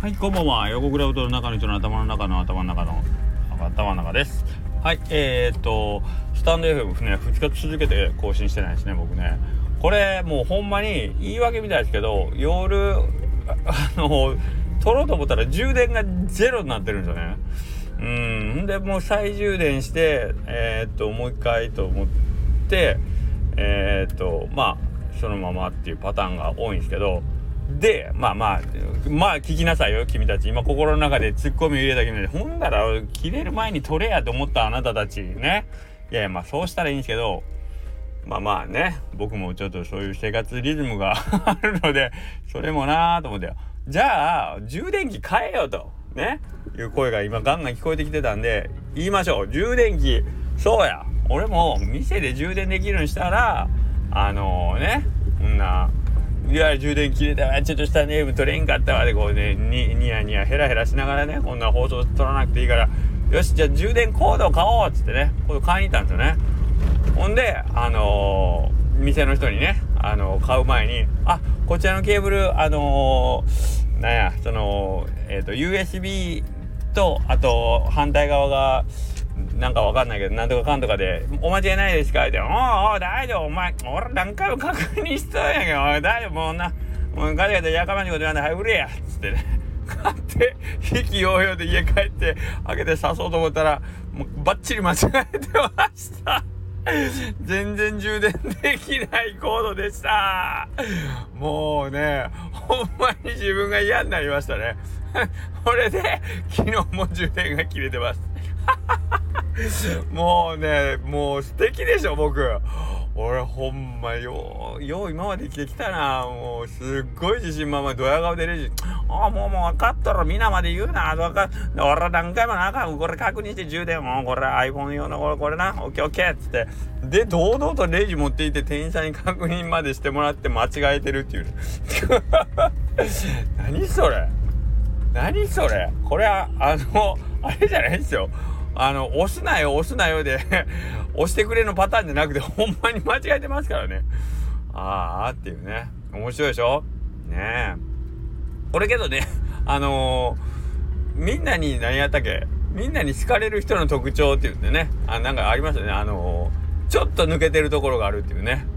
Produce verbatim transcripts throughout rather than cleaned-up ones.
はい、こんばんは。横倉うどの中の人の頭の中の頭の中の頭の中です。はい、えー、っとスタンド エフエム ね、ふつか続けて更新してないですね、僕ね。これもうほんまに言い訳みたいですけど、夜あの撮ろうと思ったら充電がゼロになってるんですよね。うんでもう再充電してえー、っともう一回と思ってえー、っとまあそのままっていうパターンが多いんですけど、でまあまあまあ聞きなさいよ君たち。今心の中でツッコミを入れた君たち、ほんなら切れる前に取れやと思ったあなたたちね。いやいやまあそうしたらいいんですけど、まあまあね、僕もちょっとそういう生活リズムがあるので、それもなーと思って、じゃあ充電器変えようとねいう声が今ガンガン聞こえてきてたんで、言いましょう。充電器、そうや、俺も店で充電できるようにしたら、あのー、ねこんないわゆる充電切れたわ、ちょっとしたネーム取れんかったわでこうねにニヤニヤヘラヘラしながらね、こんな放送取らなくていいから、よしじゃあ充電コード買おうっつってね、コード買いに行ったんですよね。ほんであのー、店の人にね、あのー、買う前に、あ、こちらのケーブルあのー、なんやそのえっ、ー、と ユーエスビー とあと反対側がなんかわかんないけどなんとかかんとかでお間違いないですかって、おーおー大丈夫、お前俺何回も確認しとんやけど、おい大丈夫、もうなもうガチャガチャやかましいこと言わんで、はい売れやっつってね買って意気揚々で家帰って開けて刺そうと思ったらもうバッチリ間違えてました全然充電できないコードでした。もうねほんまに自分が嫌になりましたねこれで昨日も充電が切れてますもうねもう素敵でしょ僕。俺ほんまようよう今まで生きてきたな。もうすっごい自信満々ドヤ顔でレジ、あもうもう分かっとる、皆まで言うな、分かっ俺何回もなあかんこれ確認して充電、もうこれ iPhone 用のこれこれな、オッケーオッケーっつってで堂々とレジ持っていって店員さんに確認までしてもらって間違えてるっていう何それ何それこれはあのあれじゃないですよ、あの押すなよ押すなよで押してくれのパターンじゃなくてほんまに間違えてますからね。あーっていうね、面白いでしょねえ。これけどねあのー、みんなに何やったっけ、みんなに好かれる人の特徴って言ってね、あなんかありますよね。あのー、ちょっと抜けてるところがあるっていうね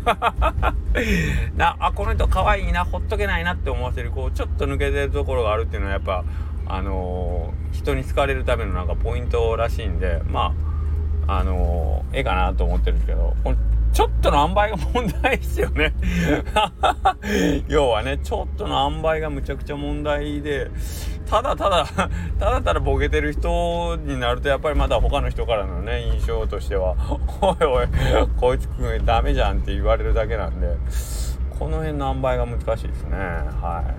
なあこの人可愛いな、ほっとけないなって思わせるこうちょっと抜けてるところがあるっていうのはやっぱあのー、人に好かれるためのなんかポイントらしいんで、まああのー、ええかなと思ってるんですけど、このちょっとの塩梅が問題ですよね要はねちょっとの塩梅がむちゃくちゃ問題で、ただただただただボケてる人になるとやっぱりまだ他の人からのね印象としてはおいおいこいつくんダメじゃんって言われるだけなんで、この辺の塩梅が難しいですね。はい、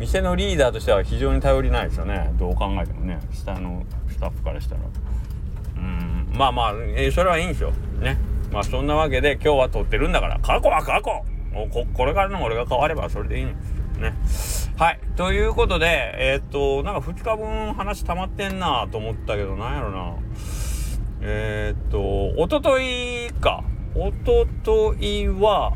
店のリーダーとしては非常に頼りないですよね、どう考えてもね、下のスタッフからしたら。うーんまあまあ、えー、それはいいんですよね。まあそんなわけで今日は撮ってるんだから過去は過去、もう こ, これからの俺が変わればそれでいいんですね。はい、ということでえー、っとなんかふつかぶん話溜まってんなと思ったけど、なんやろな、えー、っとおとといかおとといは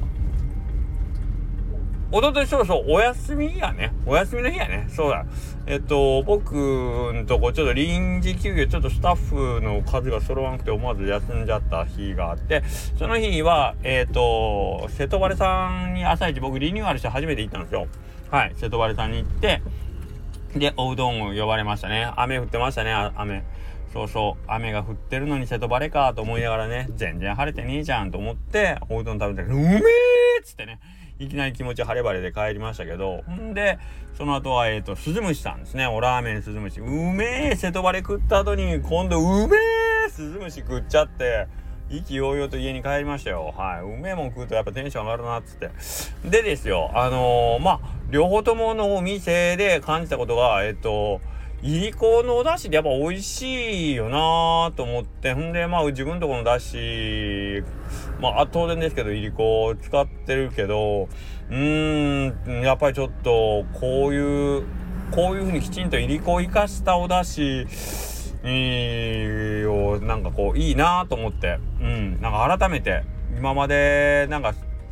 おとといそうそうお休みやね、お休みの日やね。そうだ、えっと僕んとこちょっと臨時休業、ちょっとスタッフの数が揃わなくて思わず休んじゃった日があって、その日はえっと瀬戸原さんに朝一僕リニューアルして初めて行ったんですよ。はい、瀬戸原さんに行ってでおうどんを呼ばれましたね。雨降ってましたね、雨。そうそう雨が降ってるのに瀬戸晴れかと思いながらね、全然晴れてねえじゃんと思っておうどん食べてうめえっつってね、いきなり気持ち晴れ晴れで帰りましたけど、んでその後はえっと鈴虫さんですね、おラーメン鈴虫、うめえ瀬戸晴れ食った後に今度うめえ鈴虫食っちゃって意気揚々と家に帰りましたよ。はい、うめえもん食うとやっぱテンション上がるなっつって。でですよ、あのー、まあ両方とものお店で感じたことが、えっといりこのお出汁でやっぱ美味しいよなと思って、ほんでまあ自分とこの出汁まあ当然ですけどいりこを使ってるけど、うーんやっぱりちょっとこういうこういう風にきちんといりこを生かしたお出汁をなんかこういいなと思って、うんなんか改めて今までなんか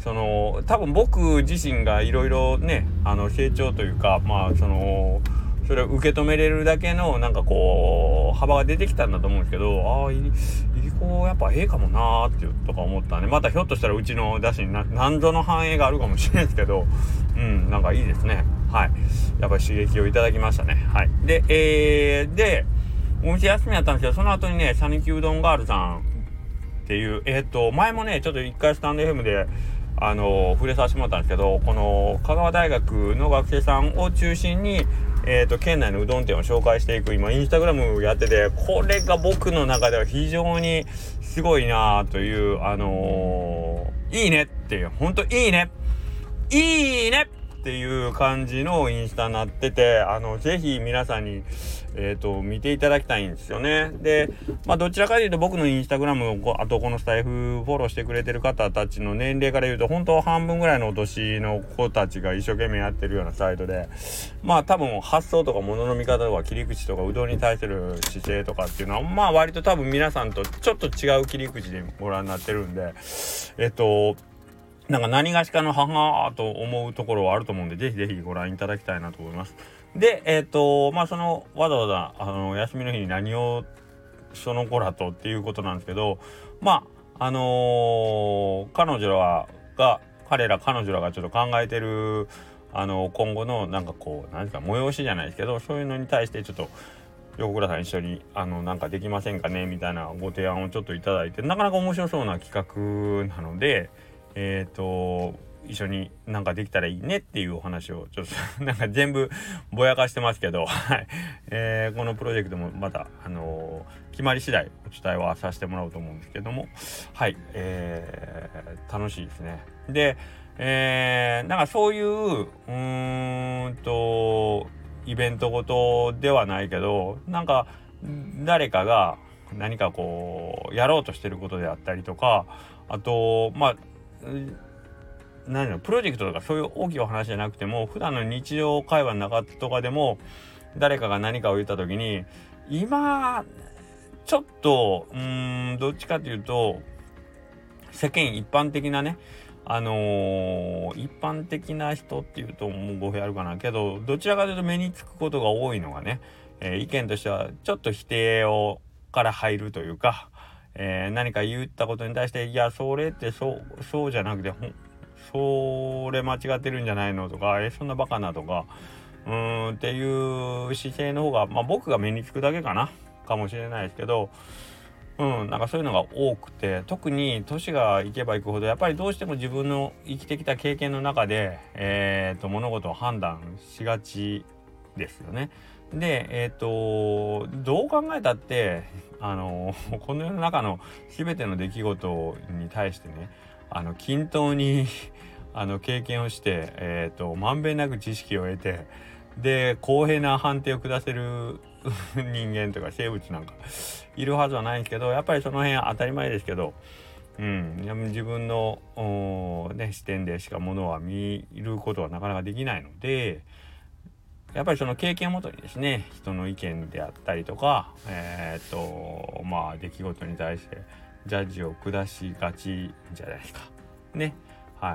その多分僕自身がいろいろねあの成長というかまあそのそれを受け止めれるだけのなんかこう幅が出てきたんだと思うんですけど、ああいりこやっぱええかもなーっていうとか思ったんで、またひょっとしたらうちの出汁に何度の反映があるかもしれないですけど、うんなんかいいですね。はい、やっぱり刺激をいただきましたね。はい。でえー、でお店休みやったんですけど、その後にね讃岐うどんガールさんっていうえっ、ー、と前もねちょっと一回スタンド エフエム であの触れさせてもらったんですけど、この香川大学の学生さんを中心にえーと県内のうどん店を紹介していく今インスタグラムやってて、これが僕の中では非常にすごいなというあのー、いいねっていう本当いいねいいねっていう感じのインスタになってて、あのぜひ皆さんにえーと見ていただきたいんですよね。でまあどちらかというと僕のインスタグラムをあとこのスタイフフォローしてくれてる方たちの年齢から言うと本当半分ぐらいのお年の子たちが一生懸命やってるようなサイトで、まあ多分発想とか物の見方とか切り口とかうどんに対する姿勢とかっていうのはまあ割と多分皆さんとちょっと違う切り口でご覧になってるんで、えっとなんか何がしかの母と思うところはあると思うんで、ぜひぜひご覧いただきたいなと思います。でえっ、ー、とまあそのわざわざあの休みの日に何をその子らとっていうことなんですけど、まああのー、彼女らが彼ら彼女らがちょっと考えてるあの今後のなんかこう何ですか催しじゃないですけど、そういうのに対してちょっと横倉さん一緒にあのなんかできませんかねみたいなご提案をちょっといただいて、なかなか面白そうな企画なのでえっ、ー、と一緒になんかできたらいいねっていうお話をちょっとなんか全部ぼやかしてますけど、はい、えー、このプロジェクトもまたあのー、決まり次第お伝えはさせてもらおうと思うんですけども、はい、えー、楽しいですね。で、えー、なんかそういううーんとイベントごとではないけど、なんか誰かが何かこうやろうとしてることであったりとか、あとまあ何のプロジェクトとかそういう大きいお話じゃなくても普段の日常会話の中とかでも誰かが何かを言った時に今ちょっとうーんどっちかというと世間一般的なねあのー、一般的な人っていうともう語弊あるかなけど、どちらかというと目につくことが多いのがね、えー、意見としてはちょっと否定をから入るというか、えー、何か言ったことに対していやそれってそうそうじゃなくてほんそれ間違ってるんじゃないのとか、えそんなバカなとかうーんっていう姿勢の方が、まあ、僕が目につくだけかなかもしれないですけど、うんなんかそういうのが多くて、特に年がいけばいくほどやっぱりどうしても自分の生きてきた経験の中で、えー、と物事を判断しがちですよね。でえっ、ー、とどう考えたってあのこの世の中の全ての出来事に対してねあの均等にあの経験をして、えーと、まんべんなく知識を得てで公平な判定を下せる人間とか生物なんかいるはずはないんですけど、やっぱりその辺当たり前ですけど、うん、自分の、ね、視点でしかものは見ることはなかなかできないので、やっぱりその経験をもとにですね人の意見であったりとかえっ、ー、とまあ出来事に対してジャッジを下しがちじゃないですかね。はい。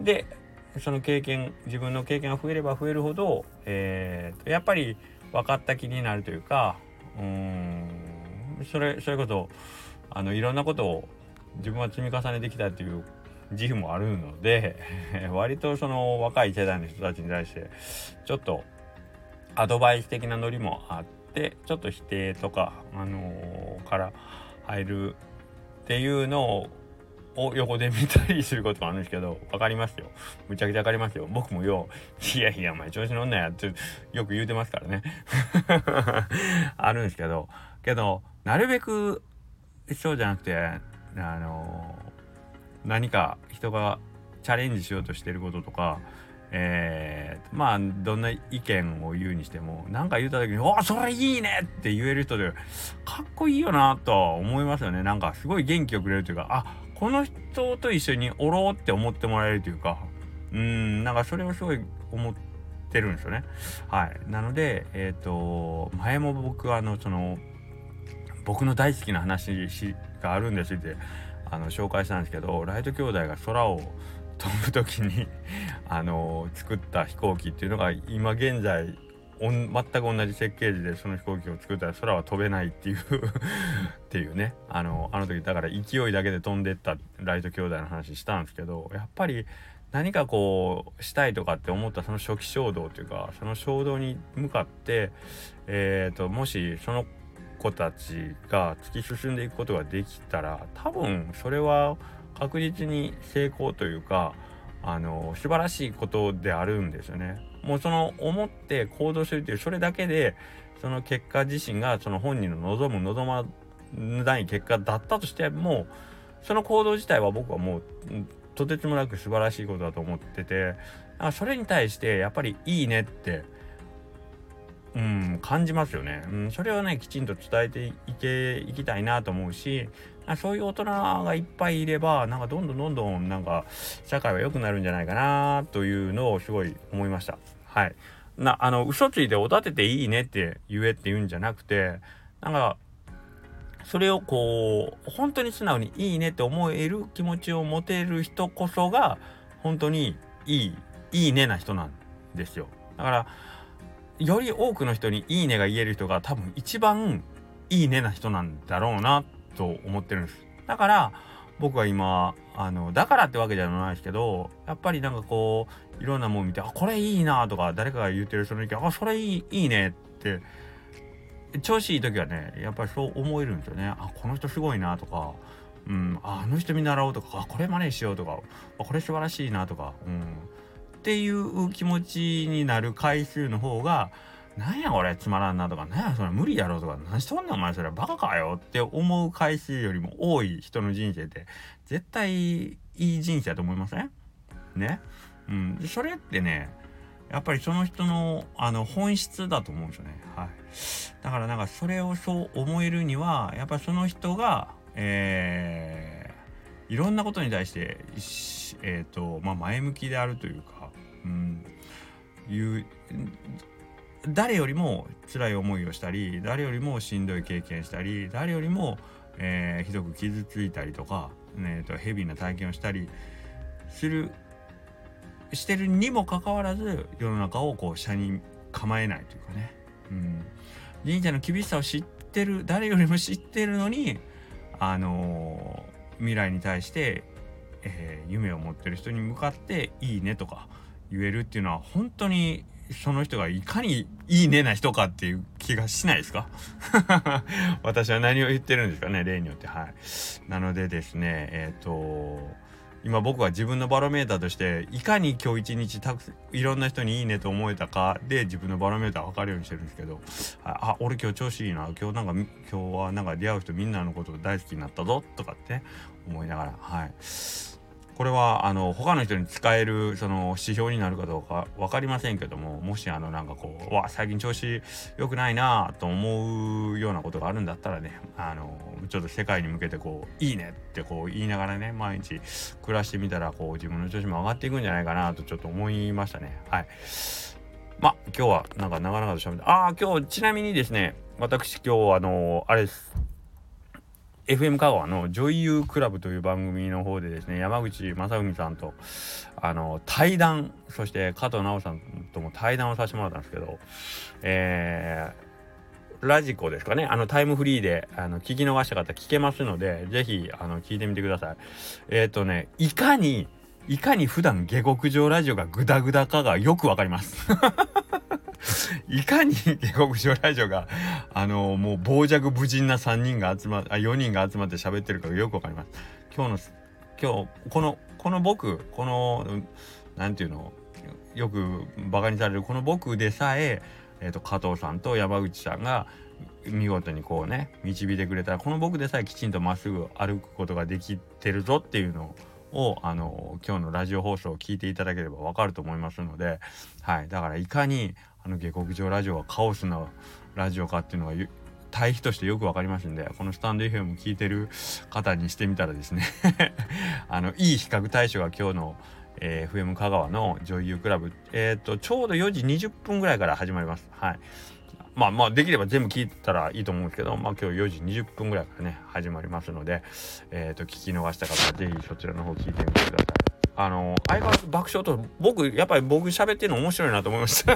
でその経験自分の経験が増えれば増えるほど、えー、やっぱり分かった気になるというか、うーんそれそれこそあのいろんなことを自分は積み重ねてきたっていう自負もあるので割とその若い世代の人たちに対してちょっとアドバイス的なノリもあってちょっと否定とか、あのー、から入るっていうのを横で見たりすることもあるんですけど、わかりますよ。むちゃくちゃわかりますよ。僕もよういやいやお前調子乗んなやってよく言うてますからねあるんですけどけどなるべくそうじゃなくてあのー、何か人がチャレンジしようとしてることとかえー、まあどんな意見を言うにしても何か言った時におそれいいねって言える人でかっこいいよなとは思いますよね。なんかすごい元気をくれるというか、あこの人と一緒におろうって思ってもらえるというか、うーんなんかそれをすごい思ってるんですよね。はいなのでえっ、ー、と前も僕はあのその僕の大好きな話があるんですってあの紹介したんですけど、ライト兄弟が空を飛ぶ時にあの作った飛行機っていうのが今現在全く同じ設計図でその飛行機を作ったら空は飛べないっていうっていうね、あのあの時だから勢いだけで飛んでったライト兄弟の話したんですけど、やっぱり何かこうしたいとかって思ったその初期衝動というか、その衝動に向かってえーともしその子たちが突き進んでいくことができたら、多分それは確実に成功というか、あの素晴らしいことであるんですよね。もうその思って行動するっていうそれだけで、その結果自身がその本人の望む望まない結果だったとしても、その行動自体は僕はもうとてつもなく素晴らしいことだと思ってて、それに対してやっぱりいいねってうん、感じますよね、うん、それをねきちんと伝えていけいきたいなと思うし、そういう大人がいっぱいいれば、なんかどんどんどんどんなんか社会は良くなるんじゃないかなというのをすごい思いました。はい。なあの嘘ついておだてていいねって言えって言うんじゃなくて、なんかそれをこう本当に素直にいいねって思える気持ちを持てる人こそが本当にいいいいねな人なんですよ。だからより多くの人にいいねが言える人が多分一番いいねな人なんだろうなと思ってるんです。だから僕は今あのだからってわけじゃないですけど、やっぱりなんかこういろんなもん見て、あこれいいなとか、誰かが言ってるその意見、あそれいいいいねって調子いい時はねやっぱりそう思えるんですよね。あこの人すごいなとか、うん、あの人見習おうとか、あこれ真似しようとか、あこれ素晴らしいなとか、うんっていう気持ちになる回数の方が、なんやこれつまらんなとか、なんやそれ無理やろとか、何しとんねんお前それバカかよって思う回数よりも多い人の人生って絶対いい人生だと思いませんね。うん、それってねやっぱりその人のあの本質だと思うんですよね。はい。だからなんかそれをそう思えるにはやっぱりその人がえー、いろんなことに対してえーとまあ、前向きであるというか、うん、いう誰よりも辛い思いをしたり、誰よりもしんどい経験したり、誰よりも、えー、ひどく傷ついたりとか、ね、とヘビーな体験をしたりするしてるにもかかわらず、世の中をこう斜に構えないというかね、うん、人生の厳しさを知ってる、誰よりも知ってるのに、あのー、未来に対してえー、夢を持ってる人に向かっていいねとか言えるっていうのは、本当にその人がいかにいいねな人かっていう気がしないですか私は何を言ってるんですかね、例によって。はい。なのでですねえっ、ー、と今僕は自分のバロメーターとして、いかに今日一日たくいろんな人にいいねと思えたかで自分のバロメーター分かるようにしてるんですけど、あ俺今日調子いいな、今日なんか今日はなんか出会う人みんなのこと大好きになったぞとかってね思いながら、はい。これはあの他の人に使えるその指標になるかどうか分かりませんけども、もしあのなんかこうわ最近調子良くないなと思うようなことがあるんだったらね、あのちょっと世界に向けてこういいねってこう言いながらね毎日暮らしてみたら、こう自分の調子も上がっていくんじゃないかなとちょっと思いましたね。はい。まあ今日はなんか長々と喋って、ああ今日ちなみにですね、私今日あのあれですエフエム 香川の女優クラブという番組の方でですね、山口正文さんとあの対談、そして加藤直さんとも対談をさせてもらったんですけど、えー、ラジコですかね、あのタイムフリーであの聞き逃した方聞けますので、ぜひあの聞いてみてください。えっとねいかにいかに普段下克上ラジオがグダグダかがよくわかりますいかに下克上ラジオがあのもう傍若無人なさんにんが集まあよにんが集まって喋ってるかがよくわかります。今日の今日このこの僕このなんていうのよくバカにされるこの僕でさええーと加藤さんと山口さんが見事にこうね導いてくれたら、この僕でさえきちんとまっすぐ歩くことができてるぞっていうのをあの今日のラジオ放送を聞いていただければわかると思いますので、はい。だからいかにあの下克上ラジオはカオスなラジオかっていうのが対比としてよくわかりますんで、このスタンド エフエム 聞いてる方にしてみたらですねあのいい比較対象が今日の、えー、エフエム 香川の女優クラブ、えっとちょうどよじにじゅっぷんぐらいから始まります。はい。まあまあできれば全部聞いたらいいと思うんですけど、まあ今日よじにじゅっぷんぐらいからね始まりますので、えっと聞き逃した方はぜひそちらの方聞いてみてください。 あの相変わらず爆笑と僕やっぱり僕喋ってるの面白いなと思いました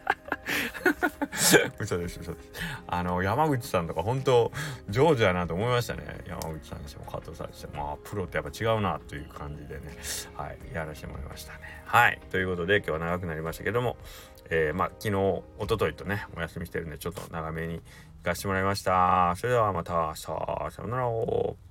嘘です嘘です。あの山口さんとか本当上手やなと思いましたね。山口さんにしても加藤さんにしても、まあ、プロってやっぱ違うなという感じでね、はい、やらせてもらいましたね。はいということで今日は長くなりましたけども、えー、まあ昨日一昨日とねお休みしてるんでちょっと長めに行かせてもらいました。それではまた明日さよなら。